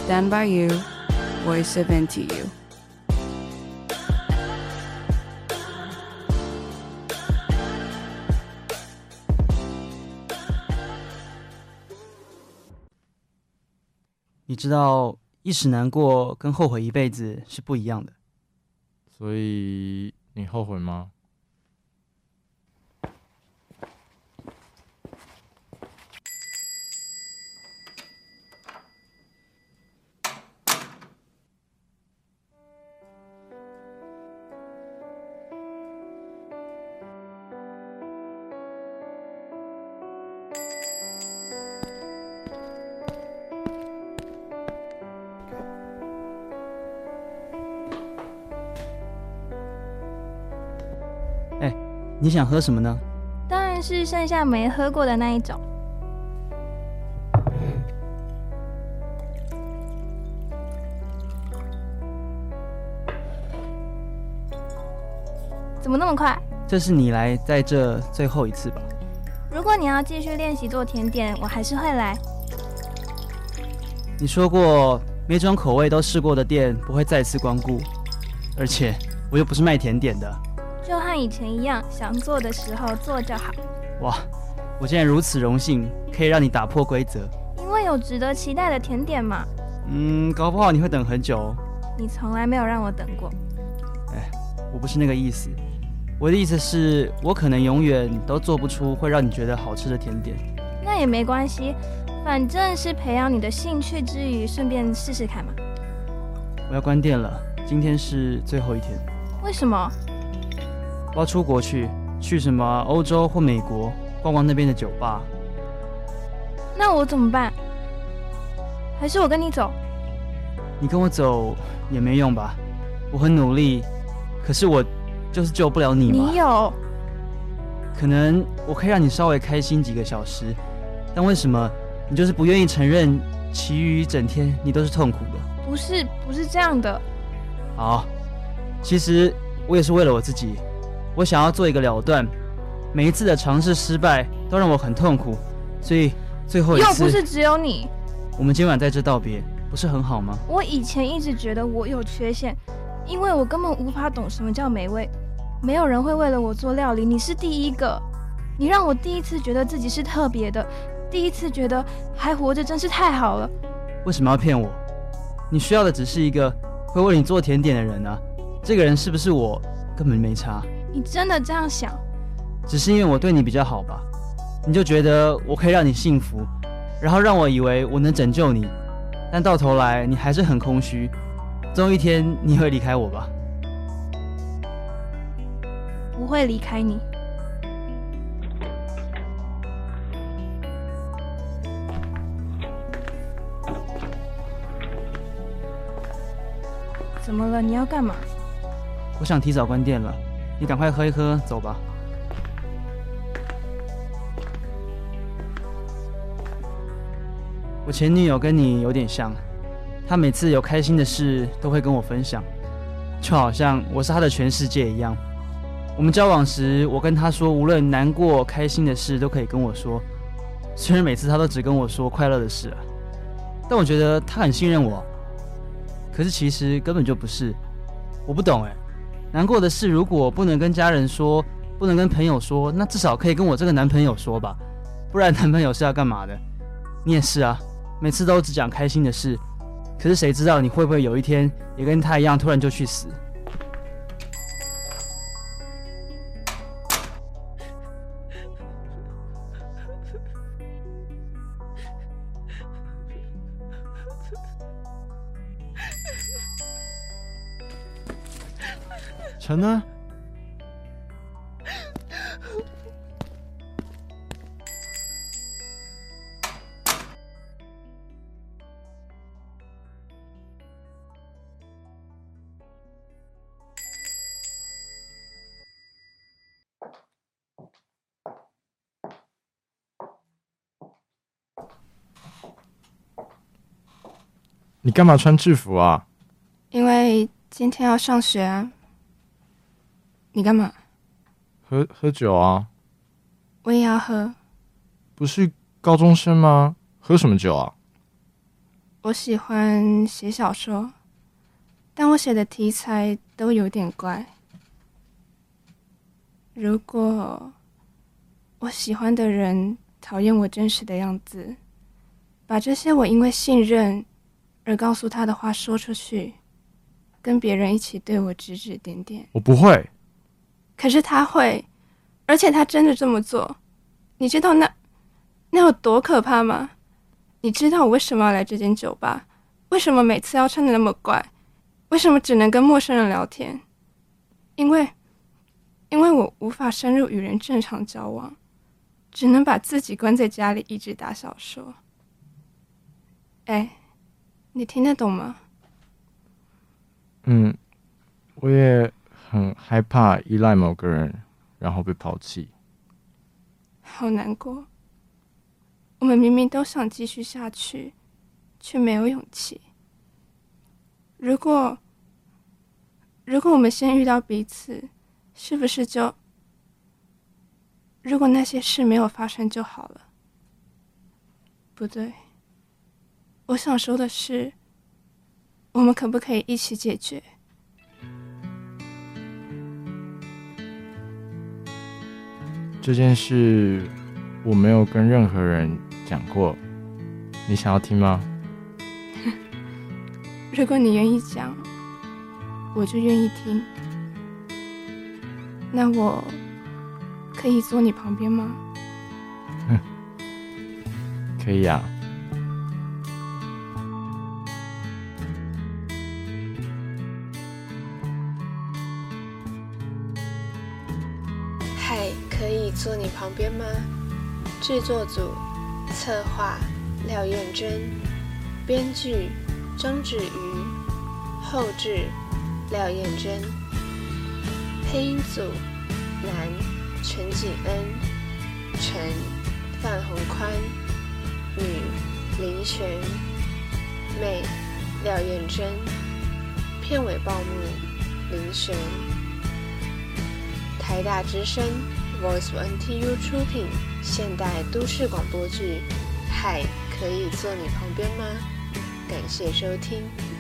stand by you, voice of NTU。 你知道一时难过跟后悔一辈子是不一样的。 所以你后悔吗？ 你想喝什么呢？ 当然是剩下没喝过的那一种。怎么那么快？ 这是你来在这最后一次吧？ 如果你要继续练习做甜点，我还是会来。 你说过每种口味都试过的店不会再次光顾，而且我又不是卖甜点的。 就和以前一样，想做的时候做就好。 哇，我竟然如此荣幸，可以让你打破规则。 因为有值得期待的甜点嘛。 搞不好你会等很久哦。 你从来没有让我等过。 我不是那个意思。我的意思是，我可能永远都做不出会让你觉得好吃的甜点。 那也没关系，反正是培养你的兴趣之余，顺便试试看嘛。 我要关店了，今天是最后一天。 为什么？ 我要出国去什么欧洲或美国逛逛那边的酒吧。 那我怎么办？还是我跟你走？ 你跟我走也没用吧？我很努力，可是我就是救不了你嘛。 你有？ 可能我可以让你稍微开心几个小时，但为什么你就是不愿意承认，其余一整天你都是痛苦的？ 不是这样的。 好，其实我也是为了我自己。我想要做一个了断，每一次的尝试失败都让我很痛苦，所以最后一次又不是只有你。 我们今晚在这道别，不是很好吗？ 我以前一直觉得我有缺陷，因为我根本无法懂什么叫美味，没有人会为了我做料理，你是第一个。你让我第一次觉得自己是特别的，第一次觉得还活着真是太好了。 为什么要骗我？你需要的只是一个会为你做甜点的人啊，这个人是不是我根本没差。 你真的这样想？ 只是因为我对你比较好吧，你就觉得我可以让你幸福，然后让我以为我能拯救你，但到头来你还是很空虚，总有一天你会离开我吧？ 不会离开你。怎么了？你要干嘛？ 我想提早关店了，你赶快喝一喝，走吧。我前女友跟你有点像，她每次有开心的事都会跟我分享，就好像我是她的全世界一样。我们交往时，我跟她说，无论难过、开心的事都可以跟我说，虽然每次她都只跟我说快乐的事啊，但我觉得她很信任我。可是其实根本就不是，我不懂难过的事如果不能跟家人说，不能跟朋友说，那至少可以跟我这个男朋友说吧，不然男朋友是要干嘛的？你也是啊，每次都只讲开心的事，可是谁知道你会不会有一天也跟他一样突然就去死？ 陈呢？你干嘛穿制服啊？ 因为今天要上学啊。你干嘛？ 喝酒啊。 我也要喝。 不是高中生吗？喝什么酒啊？ 我喜欢写小说，但我写的题材都有点怪。如果我喜欢的人讨厌我真实的样子，把这些我因为信任而告诉他的话说出去，跟别人一起对我指指点点。 我不会。 可是他会，而且他真的这么做。你知道那有多可怕吗？你知道我为什么要来这间酒吧？为什么每次要穿得那么怪？为什么只能跟陌生人聊天？因为我无法深入与人正常交往，只能把自己关在家里一直打小说。哎，你听得懂吗？ 我也很害怕依赖某个人，然后被抛弃。 好难过。我们明明都想继续下去，却没有勇气。如果我们先遇到彼此，是不是就……如果那些事没有发生就好了？不对，我想说的是，我们可不可以一起解决？ 这件事我没有跟任何人讲过，你想要听吗？ 如果你愿意讲，我就愿意听。那我可以坐你旁边吗？ 可以啊。 嗨，可以坐你旁边吗？制作组：策划廖燕珍，编剧张芷瑜，后制廖燕珍，配音组：男陈景恩，陈范宏宽，女林璇，妹廖燕珍，片尾报幕林璇。台大之声 Voice of NTU 出品现代都市广播剧《嗨，可以坐你旁边吗》？感谢收听。